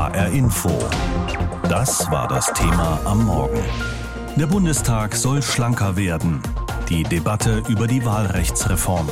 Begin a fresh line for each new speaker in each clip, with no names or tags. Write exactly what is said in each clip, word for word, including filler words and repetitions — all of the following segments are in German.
R Info. Das war das Thema am Morgen. Der Bundestag soll schlanker werden. Die Debatte über die Wahlrechtsreform.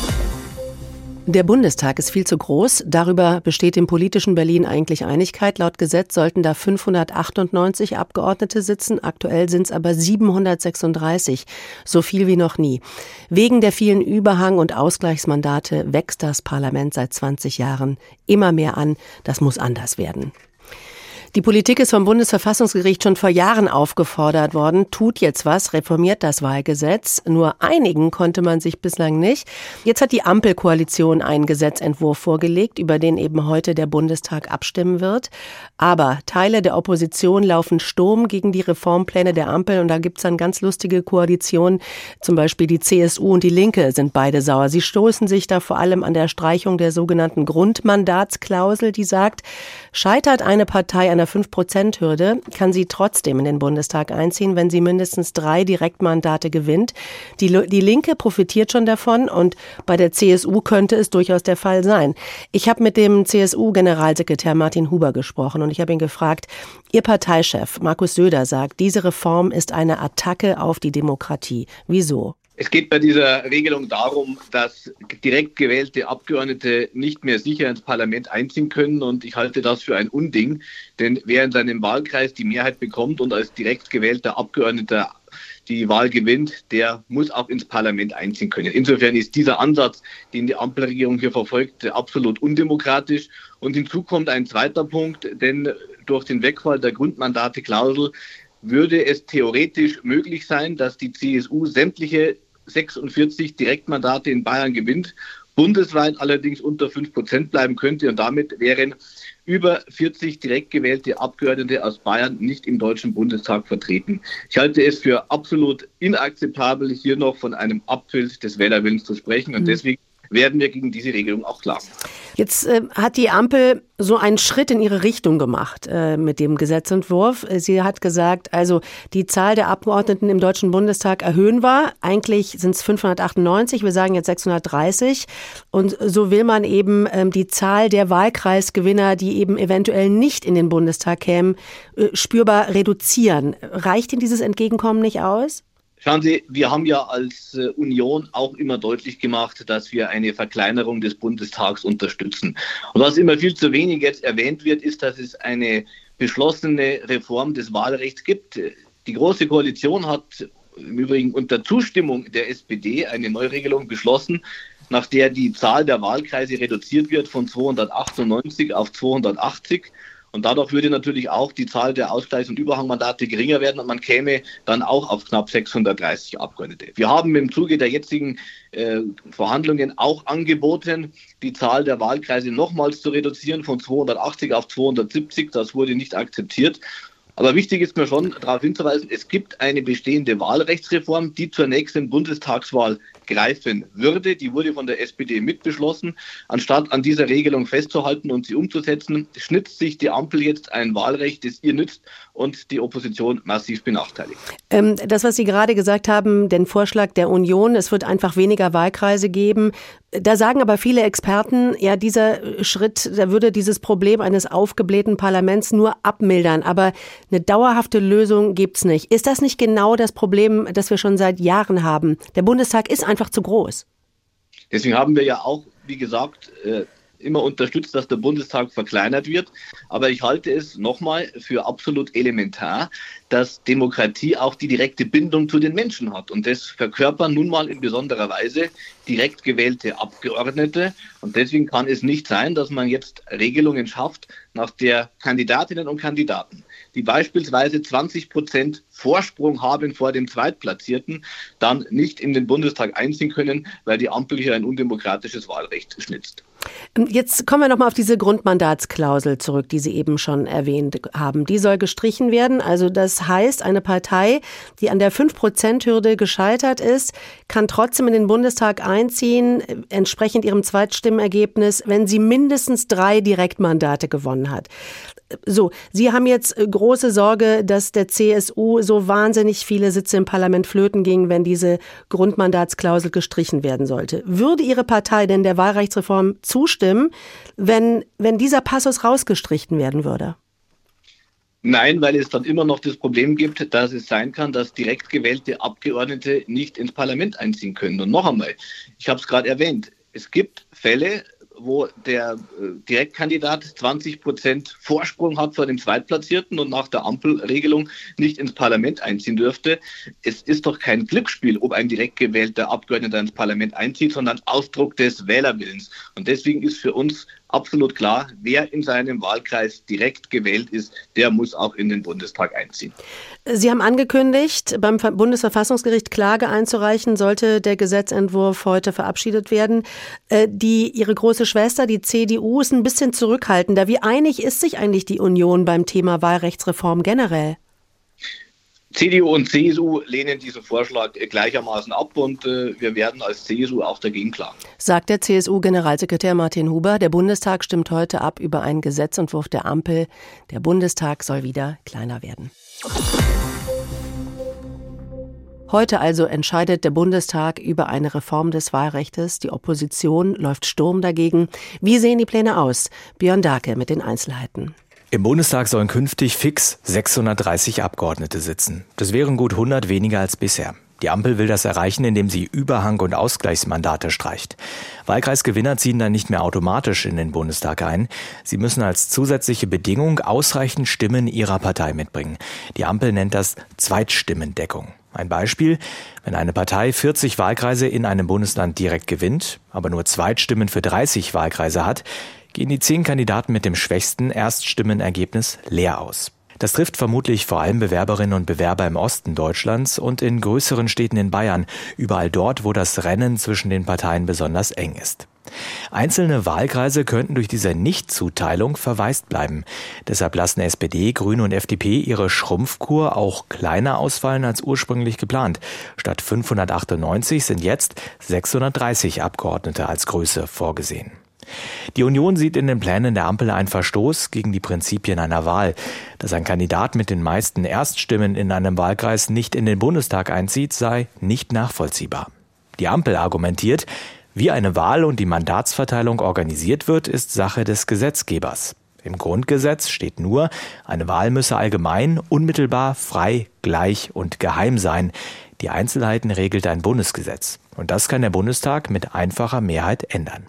Der Bundestag ist viel zu groß. Darüber besteht im politischen Berlin eigentlich Einigkeit. Laut Gesetz sollten da fünfhundertachtundneunzig Abgeordnete sitzen. Aktuell sind es aber siebenhundertsechsunddreißig. So viel wie noch nie. Wegen der vielen Überhang- und Ausgleichsmandate wächst das Parlament seit zwanzig Jahren immer mehr an. Das muss anders werden. Die Politik ist vom Bundesverfassungsgericht schon vor Jahren aufgefordert worden, tut jetzt was, reformiert das Wahlgesetz. Nur einigen konnte man sich bislang nicht. Jetzt hat die Ampelkoalition einen Gesetzentwurf vorgelegt, über den eben heute der Bundestag abstimmen wird. Aber Teile der Opposition laufen Sturm gegen die Reformpläne der Ampel und da gibt's dann ganz lustige Koalitionen. Zum Beispiel die C S U und die Linke sind beide sauer. Sie stoßen sich da vor allem an der Streichung der sogenannten Grundmandatsklausel, die sagt, scheitert eine Partei an der fünf Prozent Hürde, kann sie trotzdem in den Bundestag einziehen, wenn sie mindestens drei Direktmandate gewinnt. Die, die Linke profitiert schon davon und bei der C S U könnte es durchaus der Fall sein. Ich habe mit dem C S U-Generalsekretär Martin Huber gesprochen und ich habe ihn gefragt, Ihr Parteichef Markus Söder sagt, diese Reform ist eine Attacke auf die Demokratie. Wieso?
Es geht bei dieser Regelung darum, dass direkt gewählte Abgeordnete nicht mehr sicher ins Parlament einziehen können. Und ich halte das für ein Unding. Denn wer in seinem Wahlkreis die Mehrheit bekommt und als direkt gewählter Abgeordneter die Wahl gewinnt, der muss auch ins Parlament einziehen können. Insofern ist dieser Ansatz, den die Ampelregierung hier verfolgt, absolut undemokratisch. Und hinzu kommt ein zweiter Punkt, denn durch den Wegfall der Grundmandateklausel würde es theoretisch möglich sein, dass die C S U sämtliche sechsundvierzig Direktmandate in Bayern gewinnt, bundesweit allerdings unter fünf Prozent bleiben könnte und damit wären über vierzig direkt gewählte Abgeordnete aus Bayern nicht im Deutschen Bundestag vertreten. Ich halte es für absolut inakzeptabel, hier noch von einem Abbild des Wählerwillens zu sprechen und deswegen werden wir gegen diese Regelung auch klagen.
Jetzt äh, hat die Ampel so einen Schritt in ihre Richtung gemacht äh, mit dem Gesetzentwurf. Sie hat gesagt, also die Zahl der Abgeordneten im Deutschen Bundestag erhöhen wir. Eigentlich sind es fünfhundertachtundneunzig, wir sagen jetzt sechshundertdreißig. Und so will man eben ähm, die Zahl der Wahlkreisgewinner, die eben eventuell nicht in den Bundestag kämen, äh, spürbar reduzieren. Reicht Ihnen dieses Entgegenkommen nicht aus?
Schauen Sie, wir haben ja als Union auch immer deutlich gemacht, dass wir eine Verkleinerung des Bundestags unterstützen. Und was immer viel zu wenig jetzt erwähnt wird, ist, dass es eine beschlossene Reform des Wahlrechts gibt. Die Große Koalition hat im Übrigen unter Zustimmung der S P D eine Neuregelung beschlossen, nach der die Zahl der Wahlkreise reduziert wird von zweihundertachtundneunzig auf zweihundertachtzig. Und dadurch würde natürlich auch die Zahl der Ausgleichs- und Überhangmandate geringer werden und man käme dann auch auf knapp sechshundertdreißig Abgeordnete. Wir haben im Zuge der jetzigen äh, Verhandlungen auch angeboten, die Zahl der Wahlkreise nochmals zu reduzieren von zweihundertachtzig auf zweihundertsiebzig. Das wurde nicht akzeptiert. Aber wichtig ist mir schon darauf hinzuweisen, es gibt eine bestehende Wahlrechtsreform, die zur nächsten Bundestagswahl greifen würde. Die wurde von der S P D mitbeschlossen. Anstatt an dieser Regelung festzuhalten und sie umzusetzen, schnitzt sich die Ampel jetzt ein Wahlrecht, das ihr nützt und die Opposition massiv benachteiligt.
Ähm, das, was Sie gerade gesagt haben, den Vorschlag der Union, es wird einfach weniger Wahlkreise geben. Da sagen aber viele Experten, ja, dieser Schritt, da würde dieses Problem eines aufgeblähten Parlaments nur abmildern. Aber eine dauerhafte Lösung gibt's nicht. Ist das nicht genau das Problem, das wir schon seit Jahren haben? Der Bundestag ist einfach zu groß.
Deswegen haben wir ja auch, wie gesagt, immer unterstützt, dass der Bundestag verkleinert wird. Aber ich halte es nochmal für absolut elementar, dass Demokratie auch die direkte Bindung zu den Menschen hat. Und das verkörpern nun mal in besonderer Weise direkt gewählte Abgeordnete. Und deswegen kann es nicht sein, dass man jetzt Regelungen schafft, nach der Kandidatinnen und Kandidaten, die beispielsweise zwanzig Prozent Vorsprung haben vor dem Zweitplatzierten, dann nicht in den Bundestag einziehen können, weil die Ampel hier ein undemokratisches Wahlrecht schnitzt.
Jetzt kommen wir nochmal auf diese Grundmandatsklausel zurück, die Sie eben schon erwähnt haben. Die soll gestrichen werden. Also das heißt, eine Partei, die an der fünf Prozent Hürde gescheitert ist, kann trotzdem in den Bundestag einziehen, entsprechend ihrem Zweitstimmenergebnis, wenn sie mindestens drei Direktmandate gewonnen hat. So, Sie haben jetzt große Sorge, dass der C S U so wahnsinnig viele Sitze im Parlament flöten gingen, wenn diese Grundmandatsklausel gestrichen werden sollte. Würde Ihre Partei denn der Wahlrechtsreform zustimmen, wenn, wenn dieser Passus rausgestrichen werden würde?
Nein, weil es dann immer noch das Problem gibt, dass es sein kann, dass direkt gewählte Abgeordnete nicht ins Parlament einziehen können. Und noch einmal, ich habe es gerade erwähnt, es gibt Fälle, wo der äh, Direktkandidat zwanzig Prozent Vorsprung hat vor dem Zweitplatzierten und nach der Ampelregelung nicht ins Parlament einziehen dürfte. Es ist doch kein Glücksspiel, ob ein direkt gewählter Abgeordneter ins Parlament einzieht, sondern Ausdruck des Wählerwillens. Und deswegen ist für uns absolut klar, wer in seinem Wahlkreis direkt gewählt ist, der muss auch in den Bundestag einziehen.
Sie haben angekündigt, beim Bundesverfassungsgericht Klage einzureichen, sollte der Gesetzentwurf heute verabschiedet werden. Die, Ihre große Schwester, die C D U, ist ein bisschen zurückhaltender. Wie einig ist sich eigentlich die Union beim Thema Wahlrechtsreform generell?
C D U und C S U lehnen diesen Vorschlag gleichermaßen ab und äh, wir werden als C S U auch dagegen klagen.
Sagt der C S U-Generalsekretär Martin Huber. Der Bundestag stimmt heute ab über einen Gesetzentwurf der Ampel. Der Bundestag soll wieder kleiner werden. Heute also entscheidet der Bundestag über eine Reform des Wahlrechts. Die Opposition läuft Sturm dagegen. Wie sehen die Pläne aus? Björn Dahlke mit den Einzelheiten.
Im Bundestag sollen künftig fix sechshundertdreißig Abgeordnete sitzen. Das wären gut hundert weniger als bisher. Die Ampel will das erreichen, indem sie Überhang- und Ausgleichsmandate streicht. Wahlkreisgewinner ziehen dann nicht mehr automatisch in den Bundestag ein. Sie müssen als zusätzliche Bedingung ausreichend Stimmen ihrer Partei mitbringen. Die Ampel nennt das Zweitstimmendeckung. Ein Beispiel: Wenn eine Partei vierzig Wahlkreise in einem Bundesland direkt gewinnt, aber nur Zweitstimmen für dreißig Wahlkreise hat, gehen die zehn Kandidaten mit dem schwächsten Erststimmenergebnis leer aus. Das trifft vermutlich vor allem Bewerberinnen und Bewerber im Osten Deutschlands und in größeren Städten in Bayern, überall dort, wo das Rennen zwischen den Parteien besonders eng ist. Einzelne Wahlkreise könnten durch diese Nichtzuteilung verwaist bleiben. Deshalb lassen S P D, Grüne und F D P ihre Schrumpfkur auch kleiner ausfallen als ursprünglich geplant. Statt fünfhundertachtundneunzig sind jetzt sechshundertdreißig Abgeordnete als Größe vorgesehen. Die Union sieht in den Plänen der Ampel einen Verstoß gegen die Prinzipien einer Wahl. Dass ein Kandidat mit den meisten Erststimmen in einem Wahlkreis nicht in den Bundestag einzieht, sei nicht nachvollziehbar. Die Ampel argumentiert, wie eine Wahl und die Mandatsverteilung organisiert wird, ist Sache des Gesetzgebers. Im Grundgesetz steht nur, eine Wahl müsse allgemein, unmittelbar, frei, gleich und geheim sein. Die Einzelheiten regelt ein Bundesgesetz. Und das kann der Bundestag mit einfacher Mehrheit ändern.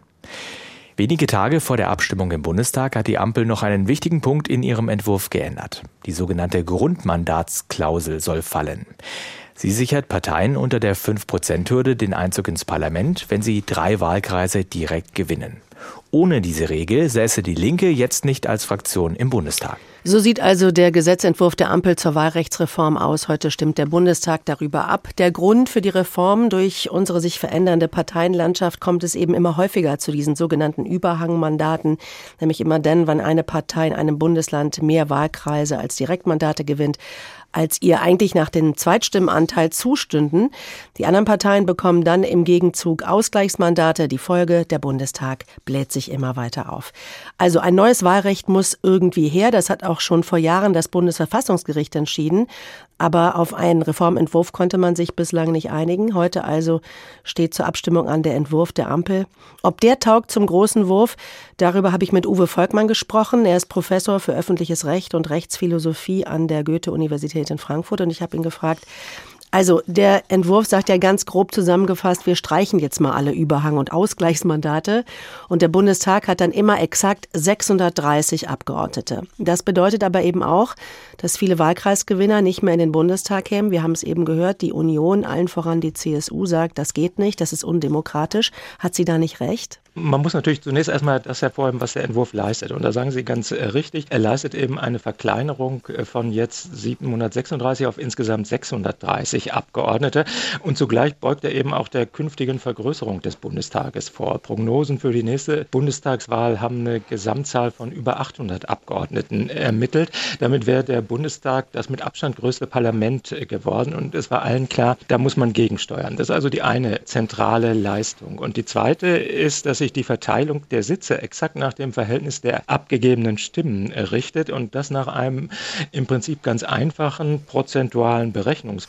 Wenige Tage vor der Abstimmung im Bundestag hat die Ampel noch einen wichtigen Punkt in ihrem Entwurf geändert. Die sogenannte Grundmandatsklausel soll fallen. Sie sichert Parteien unter der fünf Prozent Hürde den Einzug ins Parlament, wenn sie drei Wahlkreise direkt gewinnen. Ohne diese Regel säße die Linke jetzt nicht als Fraktion im Bundestag.
So sieht also der Gesetzentwurf der Ampel zur Wahlrechtsreform aus. Heute stimmt der Bundestag darüber ab. Der Grund für die Reform: durch unsere sich verändernde Parteienlandschaft kommt es eben immer häufiger zu diesen sogenannten Überhangmandaten. Nämlich immer dann, wenn eine Partei in einem Bundesland mehr Wahlkreise als Direktmandate gewinnt, als ihr eigentlich nach dem Zweitstimmenanteil zustünden. Die anderen Parteien bekommen dann im Gegenzug Ausgleichsmandate. Die Folge: der Bundestag bläht sich immer weiter auf. Also ein neues Wahlrecht muss irgendwie her. Das hat auch schon vor Jahren das Bundesverfassungsgericht entschieden. Aber auf einen Reformentwurf konnte man sich bislang nicht einigen. Heute also steht zur Abstimmung an der Entwurf der Ampel. Ob der taugt zum großen Wurf, darüber habe ich mit Uwe Volkmann gesprochen. Er ist Professor für öffentliches Recht und Rechtsphilosophie an der Goethe-Universität in Frankfurt. Und ich habe ihn gefragt, also der Entwurf sagt ja ganz grob zusammengefasst, wir streichen jetzt mal alle Überhang- und Ausgleichsmandate. Und der Bundestag hat dann immer exakt sechshundertdreißig Abgeordnete. Das bedeutet aber eben auch, dass viele Wahlkreisgewinner nicht mehr in den Bundestag kämen. Wir haben es eben gehört, die Union, allen voran die C S U, sagt, das geht nicht, das ist undemokratisch. Hat sie da nicht recht?
Man muss natürlich zunächst erstmal das hervorheben, was der Entwurf leistet. Und da sagen Sie ganz äh, richtig, er leistet eben eine Verkleinerung äh, von jetzt siebenhundertsechsunddreißig auf insgesamt sechshundertdreißig Abgeordnete. Und zugleich beugt er eben auch der künftigen Vergrößerung des Bundestages vor. Prognosen für die nächste Bundestagswahl haben eine Gesamtzahl von über achthundert Abgeordneten ermittelt. Damit wäre der Bundestag das mit Abstand größte Parlament äh, geworden. Und es war allen klar, da muss man gegensteuern. Das ist also die eine zentrale Leistung. Und die zweite ist, dass sich die Verteilung der Sitze exakt nach dem Verhältnis der abgegebenen Stimmen richtet und das nach einem im Prinzip ganz einfachen prozentualen Berechnungsmodus.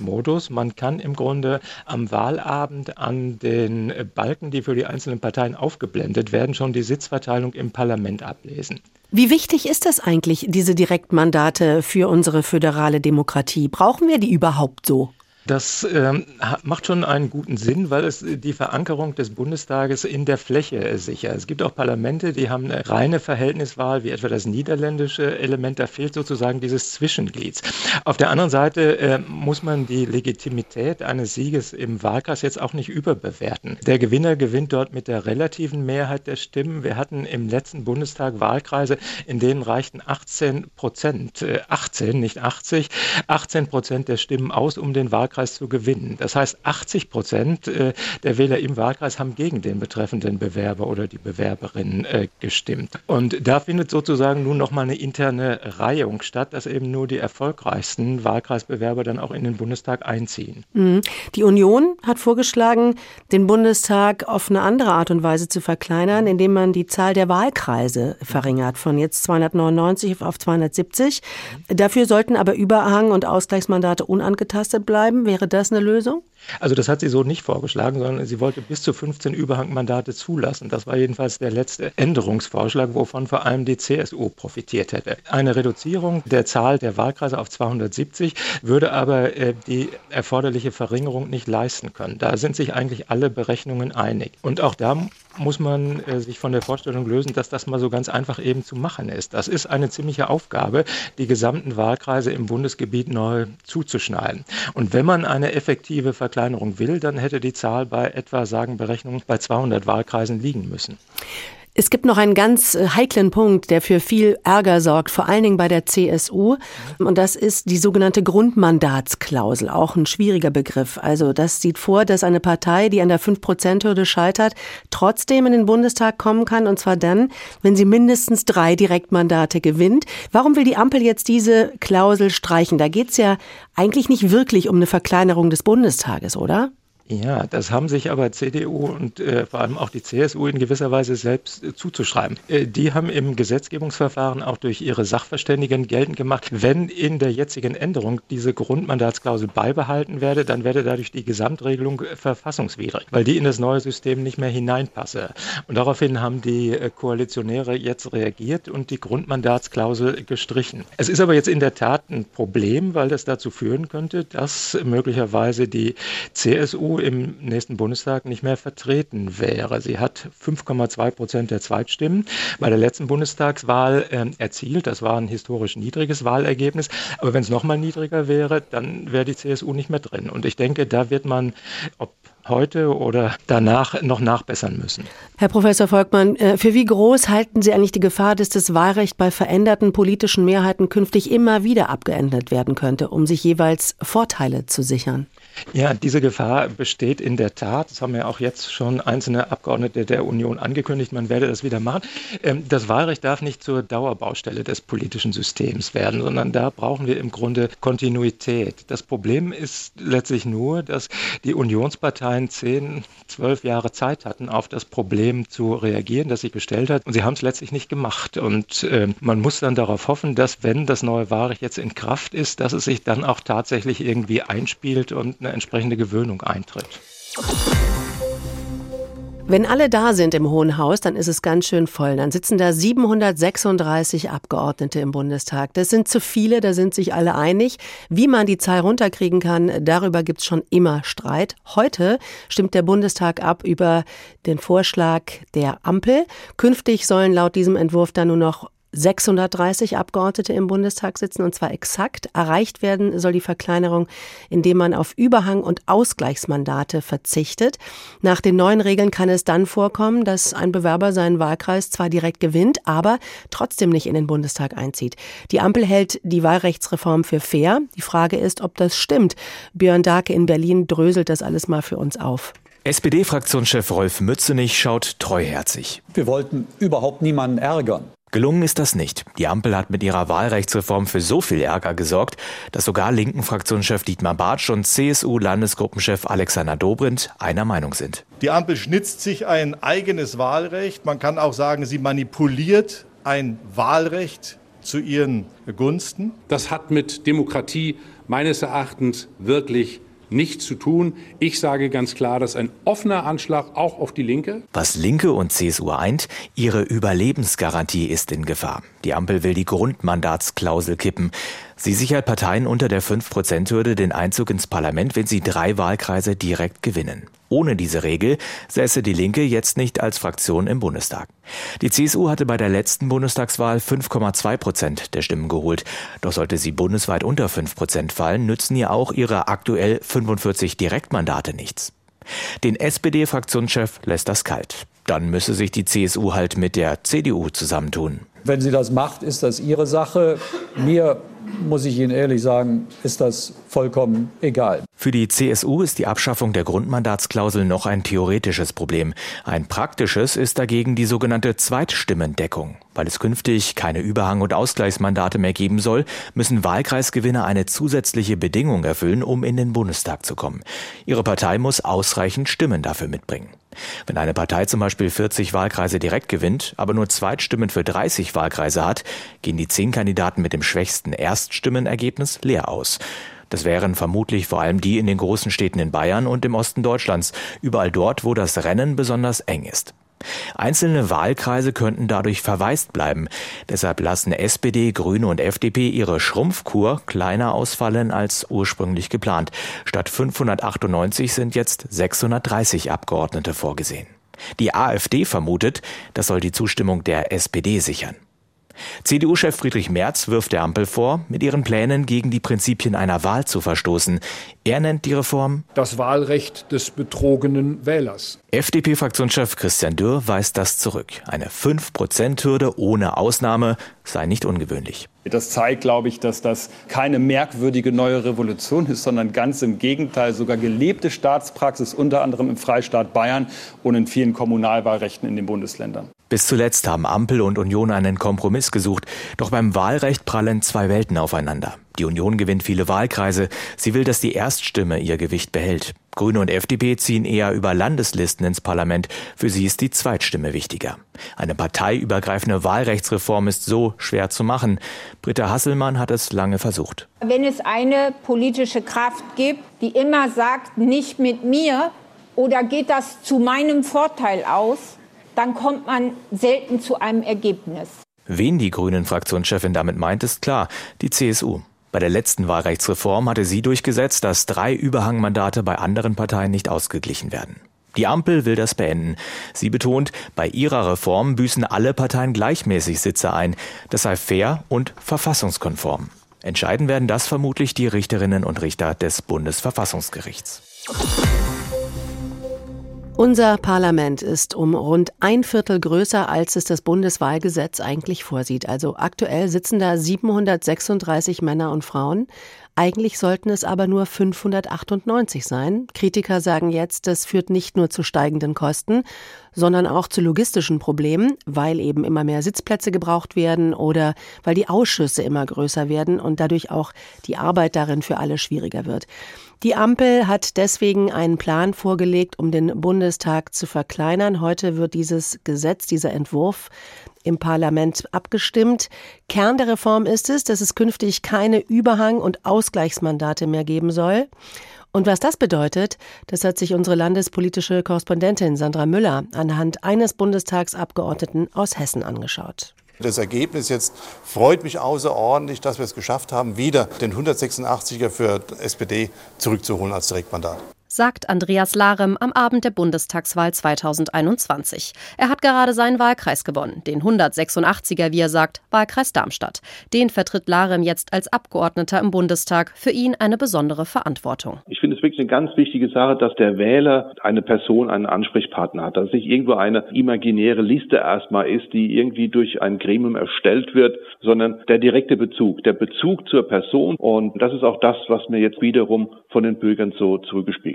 muss. Man kann im Grunde am Wahlabend an den Balken, die für die einzelnen Parteien aufgeblendet werden, schon die Sitzverteilung im Parlament ablesen.
Wie wichtig ist das eigentlich, diese Direktmandate für unsere föderale Demokratie? Brauchen wir die überhaupt so?
Das ähm, macht schon einen guten Sinn, weil es die Verankerung des Bundestages in der Fläche sichert. Es gibt auch Parlamente, die haben eine reine Verhältniswahl, wie etwa das niederländische Element. Da fehlt sozusagen dieses Zwischenglied. Auf der anderen Seite äh, muss man die Legitimität eines Sieges im Wahlkreis jetzt auch nicht überbewerten. Der Gewinner gewinnt dort mit der relativen Mehrheit der Stimmen. Wir hatten im letzten Bundestag Wahlkreise, in denen reichten achtzehn Prozent, äh, achtzehn, nicht achtzig, achtzehn Prozent der Stimmen aus, um den Wahlkreis zu gewinnen. Das heißt, achtzig Prozent der Wähler im Wahlkreis haben gegen den betreffenden Bewerber oder die Bewerberin gestimmt. Und da findet sozusagen nun nochmal eine interne Reihung statt, dass eben nur die erfolgreichsten Wahlkreisbewerber dann auch in den Bundestag einziehen.
Die Union hat vorgeschlagen, den Bundestag auf eine andere Art und Weise zu verkleinern, indem man die Zahl der Wahlkreise verringert, von jetzt zweihundertneunundneunzig auf zweihundertsiebzig. Dafür sollten aber Überhang- und Ausgleichsmandate unangetastet bleiben. Wäre das eine Lösung?
Also das hat sie so nicht vorgeschlagen, sondern sie wollte bis zu fünfzehn Überhangmandate zulassen. Das war jedenfalls der letzte Änderungsvorschlag, wovon vor allem die C S U profitiert hätte. Eine Reduzierung der Zahl der Wahlkreise auf zweihundertsiebzig würde aber äh, die erforderliche Verringerung nicht leisten können. Da sind sich eigentlich alle Berechnungen einig. Und auch da muss man äh, sich von der Vorstellung lösen, dass das mal so ganz einfach eben zu machen ist. Das ist eine ziemliche Aufgabe, die gesamten Wahlkreise im Bundesgebiet neu zuzuschneiden. Und wenn man eine effektive Verkleinerung will, dann hätte die Zahl bei etwa, sagen Berechnungen, bei zweihundert Wahlkreisen liegen müssen.
Es gibt noch einen ganz heiklen Punkt, der für viel Ärger sorgt, vor allen Dingen bei der C S U. Und das ist die sogenannte Grundmandatsklausel, auch ein schwieriger Begriff. Also das sieht vor, dass eine Partei, die an der fünf Prozent Hürde scheitert, trotzdem in den Bundestag kommen kann. Und zwar dann, wenn sie mindestens drei Direktmandate gewinnt. Warum will die Ampel jetzt diese Klausel streichen? Da geht es ja eigentlich nicht wirklich um eine Verkleinerung des Bundestages, oder?
Ja, das haben sich aber C D U und äh, vor allem auch die C S U in gewisser Weise selbst äh, zuzuschreiben. Äh, die haben im Gesetzgebungsverfahren auch durch ihre Sachverständigen geltend gemacht, wenn in der jetzigen Änderung diese Grundmandatsklausel beibehalten werde, dann werde dadurch die Gesamtregelung äh, verfassungswidrig, weil die in das neue System nicht mehr hineinpasse. Und daraufhin haben die äh, Koalitionäre jetzt reagiert und die Grundmandatsklausel gestrichen. Es ist aber jetzt in der Tat ein Problem, weil das dazu führen könnte, dass möglicherweise die C S U im nächsten Bundestag nicht mehr vertreten wäre. Sie hat fünf Komma zwei Prozent der Zweitstimmen bei der letzten Bundestagswahl äh, erzielt. Das war ein historisch niedriges Wahlergebnis. Aber wenn es noch mal niedriger wäre, dann wäre die C S U nicht mehr drin. Und ich denke, da wird man, ob heute oder danach, noch nachbessern müssen.
Herr Professor Volkmann, für wie groß halten Sie eigentlich die Gefahr, dass das Wahlrecht bei veränderten politischen Mehrheiten künftig immer wieder abgeändert werden könnte, um sich jeweils Vorteile zu sichern?
Ja, diese Gefahr besteht in der Tat. Das haben ja auch jetzt schon einzelne Abgeordnete der Union angekündigt. Man werde das wieder machen. Das Wahlrecht darf nicht zur Dauerbaustelle des politischen Systems werden, sondern da brauchen wir im Grunde Kontinuität. Das Problem ist letztlich nur, dass die Unionsparteien zehn, zwölf Jahre Zeit hatten, auf das Problem zu reagieren, das sich gestellt hat. Und sie haben es letztlich nicht gemacht. Und äh, man muss dann darauf hoffen, dass, wenn das neue Wahlrecht jetzt in Kraft ist, dass es sich dann auch tatsächlich irgendwie einspielt und eine entsprechende Gewöhnung eintritt.
Wenn alle da sind im Hohen Haus, dann ist es ganz schön voll. Dann sitzen da siebenhundertsechsunddreißig Abgeordnete im Bundestag. Das sind zu viele, da sind sich alle einig. Wie man die Zahl runterkriegen kann, darüber gibt es schon immer Streit. Heute stimmt der Bundestag ab über den Vorschlag der Ampel. Künftig sollen laut diesem Entwurf dann nur noch sechshundertdreißig Abgeordnete im Bundestag sitzen, und zwar exakt. Erreicht werden soll die Verkleinerung, indem man auf Überhang- und Ausgleichsmandate verzichtet. Nach den neuen Regeln kann es dann vorkommen, dass ein Bewerber seinen Wahlkreis zwar direkt gewinnt, aber trotzdem nicht in den Bundestag einzieht. Die Ampel hält die Wahlrechtsreform für fair. Die Frage ist, ob das stimmt. Björn Dahlke in Berlin dröselt das alles mal für uns auf.
S P D-Fraktionschef Rolf Mützenich schaut treuherzig.
Wir wollten überhaupt niemanden ärgern.
Gelungen ist das nicht. Die Ampel hat mit ihrer Wahlrechtsreform für so viel Ärger gesorgt, dass sogar linken Fraktionschef Dietmar Bartsch und C S U-Landesgruppenchef Alexander Dobrindt einer Meinung sind.
Die Ampel schnitzt sich ein eigenes Wahlrecht. Man kann auch sagen, sie manipuliert ein Wahlrecht zu ihren Gunsten.
Das hat mit Demokratie meines Erachtens wirklich nichts zu tun. Ich sage ganz klar, das ist ein offener Anschlag auch auf die Linke.
Was Linke und C S U eint, ihre Überlebensgarantie ist in Gefahr. Die Ampel will die Grundmandatsklausel kippen. Sie sichert Parteien unter der fünf Prozent Hürde den Einzug ins Parlament, wenn sie drei Wahlkreise direkt gewinnen. Ohne diese Regel säße die Linke jetzt nicht als Fraktion im Bundestag. Die C S U hatte bei der letzten Bundestagswahl fünf Komma zwei Prozent der Stimmen geholt. Doch sollte sie bundesweit unter fünf Prozent fallen, nützen ihr auch ihre aktuell fünfundvierzig Direktmandate nichts. Den S P D-Fraktionschef lässt das kalt. Dann müsse sich die C S U halt mit der C D U zusammentun.
Wenn sie das macht, ist das ihre Sache. Mir, muss ich Ihnen ehrlich sagen, ist das vollkommen egal.
Für die C S U ist die Abschaffung der Grundmandatsklausel noch ein theoretisches Problem. Ein praktisches ist dagegen die sogenannte Zweitstimmendeckung. Weil es künftig keine Überhang- und Ausgleichsmandate mehr geben soll, müssen Wahlkreisgewinner eine zusätzliche Bedingung erfüllen, um in den Bundestag zu kommen. Ihre Partei muss ausreichend Stimmen dafür mitbringen. Wenn eine Partei zum Beispiel vierzig Wahlkreise direkt gewinnt, aber nur Zweitstimmen für dreißig Wahlkreise hat, gehen die zehn Kandidaten mit dem schwächsten Erststimmenergebnis leer aus. Das wären vermutlich vor allem die in den großen Städten in Bayern und im Osten Deutschlands, überall dort, wo das Rennen besonders eng ist. Einzelne Wahlkreise könnten dadurch verwaist bleiben. Deshalb lassen S P D, Grüne und F D P ihre Schrumpfkur kleiner ausfallen als ursprünglich geplant. Statt fünfhundertachtundneunzig sind jetzt sechshundertdreißig Abgeordnete vorgesehen. Die AfD vermutet, das soll die Zustimmung der S P D sichern. C D U-Chef Friedrich Merz wirft der Ampel vor, mit ihren Plänen gegen die Prinzipien einer Wahl zu verstoßen. Er nennt die Reform
das Wahlrecht des betrogenen Wählers.
F D P-Fraktionschef Christian Dürr weist das zurück. Eine fünf Prozent Hürde ohne Ausnahme sei nicht ungewöhnlich.
Das zeigt, glaube ich, dass das keine merkwürdige neue Revolution ist, sondern ganz im Gegenteil, sogar gelebte Staatspraxis, unter anderem im Freistaat Bayern und in vielen Kommunalwahlrechten in den Bundesländern.
Bis zuletzt haben Ampel und Union einen Kompromiss gesucht. Doch beim Wahlrecht prallen zwei Welten aufeinander. Die Union gewinnt viele Wahlkreise. Sie will, dass die Erststimme ihr Gewicht behält. Grüne und F D P ziehen eher über Landeslisten ins Parlament. Für sie ist die Zweitstimme wichtiger. Eine parteiübergreifende Wahlrechtsreform ist so schwer zu machen. Britta Hasselmann hat es lange versucht.
Wenn es eine politische Kraft gibt, die immer sagt, nicht mit mir oder geht das zu meinem Vorteil aus, dann kommt man selten zu einem Ergebnis.
Wen die Grünen-Fraktionschefin damit meint, ist klar, die C S U. Bei der letzten Wahlrechtsreform hatte sie durchgesetzt, dass drei Überhangmandate bei anderen Parteien nicht ausgeglichen werden. Die Ampel will das beenden. Sie betont, bei ihrer Reform büßen alle Parteien gleichmäßig Sitze ein. Das sei fair und verfassungskonform. Entscheiden werden das vermutlich die Richterinnen und Richter des Bundesverfassungsgerichts.
Unser Parlament ist um rund ein Viertel größer, als es das Bundeswahlgesetz eigentlich vorsieht. Also aktuell sitzen da siebenhundertsechsunddreißig Männer und Frauen. Eigentlich sollten es aber nur fünfhundertachtundneunzig sein. Kritiker sagen jetzt, das führt nicht nur zu steigenden Kosten, sondern auch zu logistischen Problemen, weil eben immer mehr Sitzplätze gebraucht werden oder weil die Ausschüsse immer größer werden und dadurch auch die Arbeit darin für alle schwieriger wird. Die Ampel hat deswegen einen Plan vorgelegt, um den Bundestag zu verkleinern. Heute wird dieses Gesetz, dieser Entwurf im Parlament abgestimmt. Kern der Reform ist es, dass es künftig keine Überhang- und Ausgleichsmandate mehr geben soll. Und was das bedeutet, das hat sich unsere landespolitische Korrespondentin Sandra Müller anhand eines Bundestagsabgeordneten aus Hessen angeschaut.
Das Ergebnis jetzt freut mich außerordentlich, dass wir es geschafft haben, wieder den hundertsechsundachtziger für S P D zurückzuholen als Direktmandat.
Sagt Andreas Larem am Abend der Bundestagswahl zweitausendeinundzwanzig. Er hat gerade seinen Wahlkreis gewonnen, den hundertsechsundachtziger, wie er sagt, Wahlkreis Darmstadt. Den vertritt Larem jetzt als Abgeordneter im Bundestag. Für ihn eine besondere Verantwortung.
Ich finde es wirklich eine ganz wichtige Sache, dass der Wähler eine Person, einen Ansprechpartner hat, dass nicht irgendwo eine imaginäre Liste erstmal ist, die irgendwie durch ein Gremium erstellt wird, sondern der direkte Bezug, der Bezug zur Person. Und das ist auch das, was mir jetzt wiederum von den Bürgern so zurückgespiegelt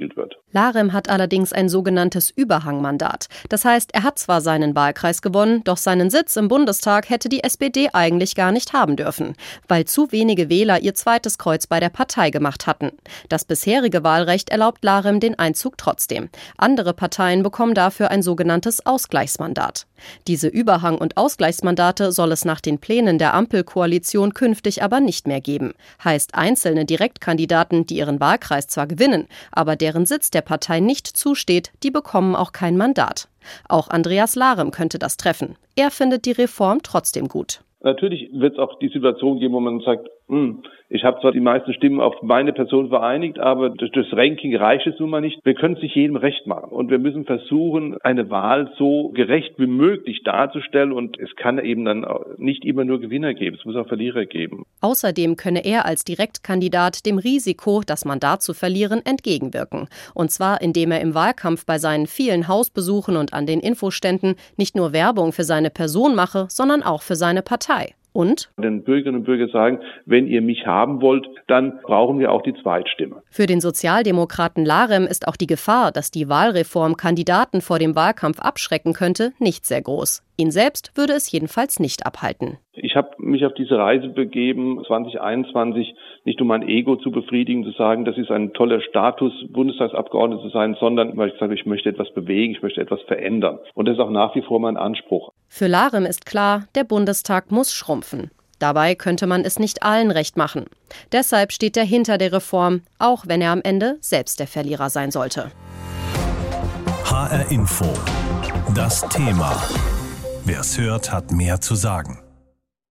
gespielt wird.
Larem hat allerdings ein sogenanntes Überhangmandat. Das heißt, er hat zwar seinen Wahlkreis gewonnen, doch seinen Sitz im Bundestag hätte die S P D eigentlich gar nicht haben dürfen, weil zu wenige Wähler ihr zweites Kreuz bei der Partei gemacht hatten. Das bisherige Wahlrecht erlaubt Larem den Einzug trotzdem. Andere Parteien bekommen dafür ein sogenanntes Ausgleichsmandat. Diese Überhang- und Ausgleichsmandate soll es nach den Plänen der Ampelkoalition künftig aber nicht mehr geben. Heißt, einzelne Direktkandidaten, die ihren Wahlkreis zwar gewinnen, aber deren Sitz der Partei nicht zusteht, die bekommen auch kein Mandat. Auch Andreas Larem könnte das treffen. Er findet die Reform trotzdem gut.
Natürlich wird es auch die Situation geben, wo man sagt, hm, ich habe zwar die meisten Stimmen auf meine Person vereinigt, aber durch das Ranking reicht es nun mal nicht. Wir können es nicht jedem recht machen. Und wir müssen versuchen, eine Wahl so gerecht wie möglich darzustellen. Und es kann eben dann nicht immer nur Gewinner geben, es muss auch Verlierer geben.
Außerdem könne er als Direktkandidat dem Risiko, das Mandat zu verlieren, entgegenwirken. Und zwar, indem er im Wahlkampf bei seinen vielen Hausbesuchen und an den Infoständen nicht nur Werbung für seine Person mache, sondern auch für seine Partei. Und
den Bürgerinnen und Bürgern sagen, wenn ihr mich haben wollt, dann brauchen wir auch die Zweitstimme.
Für den Sozialdemokraten Larem ist auch die Gefahr, dass die Wahlreform Kandidaten vor dem Wahlkampf abschrecken könnte, nicht sehr groß. Ihn selbst würde es jedenfalls nicht abhalten.
Ich habe mich auf diese Reise begeben, zwanzig einundzwanzig, nicht um mein Ego zu befriedigen, zu sagen, das ist ein toller Status, Bundestagsabgeordneter zu sein, sondern weil ich sage, ich möchte etwas bewegen, ich möchte etwas verändern. Und das ist auch nach wie vor mein Anspruch.
Für Larem ist klar, der Bundestag muss schrumpfen. Dabei könnte man es nicht allen recht machen. Deshalb steht er hinter der Reform, auch wenn er am Ende selbst der Verlierer sein sollte.
H R Info. Das Thema. Wer es hört, hat mehr zu sagen.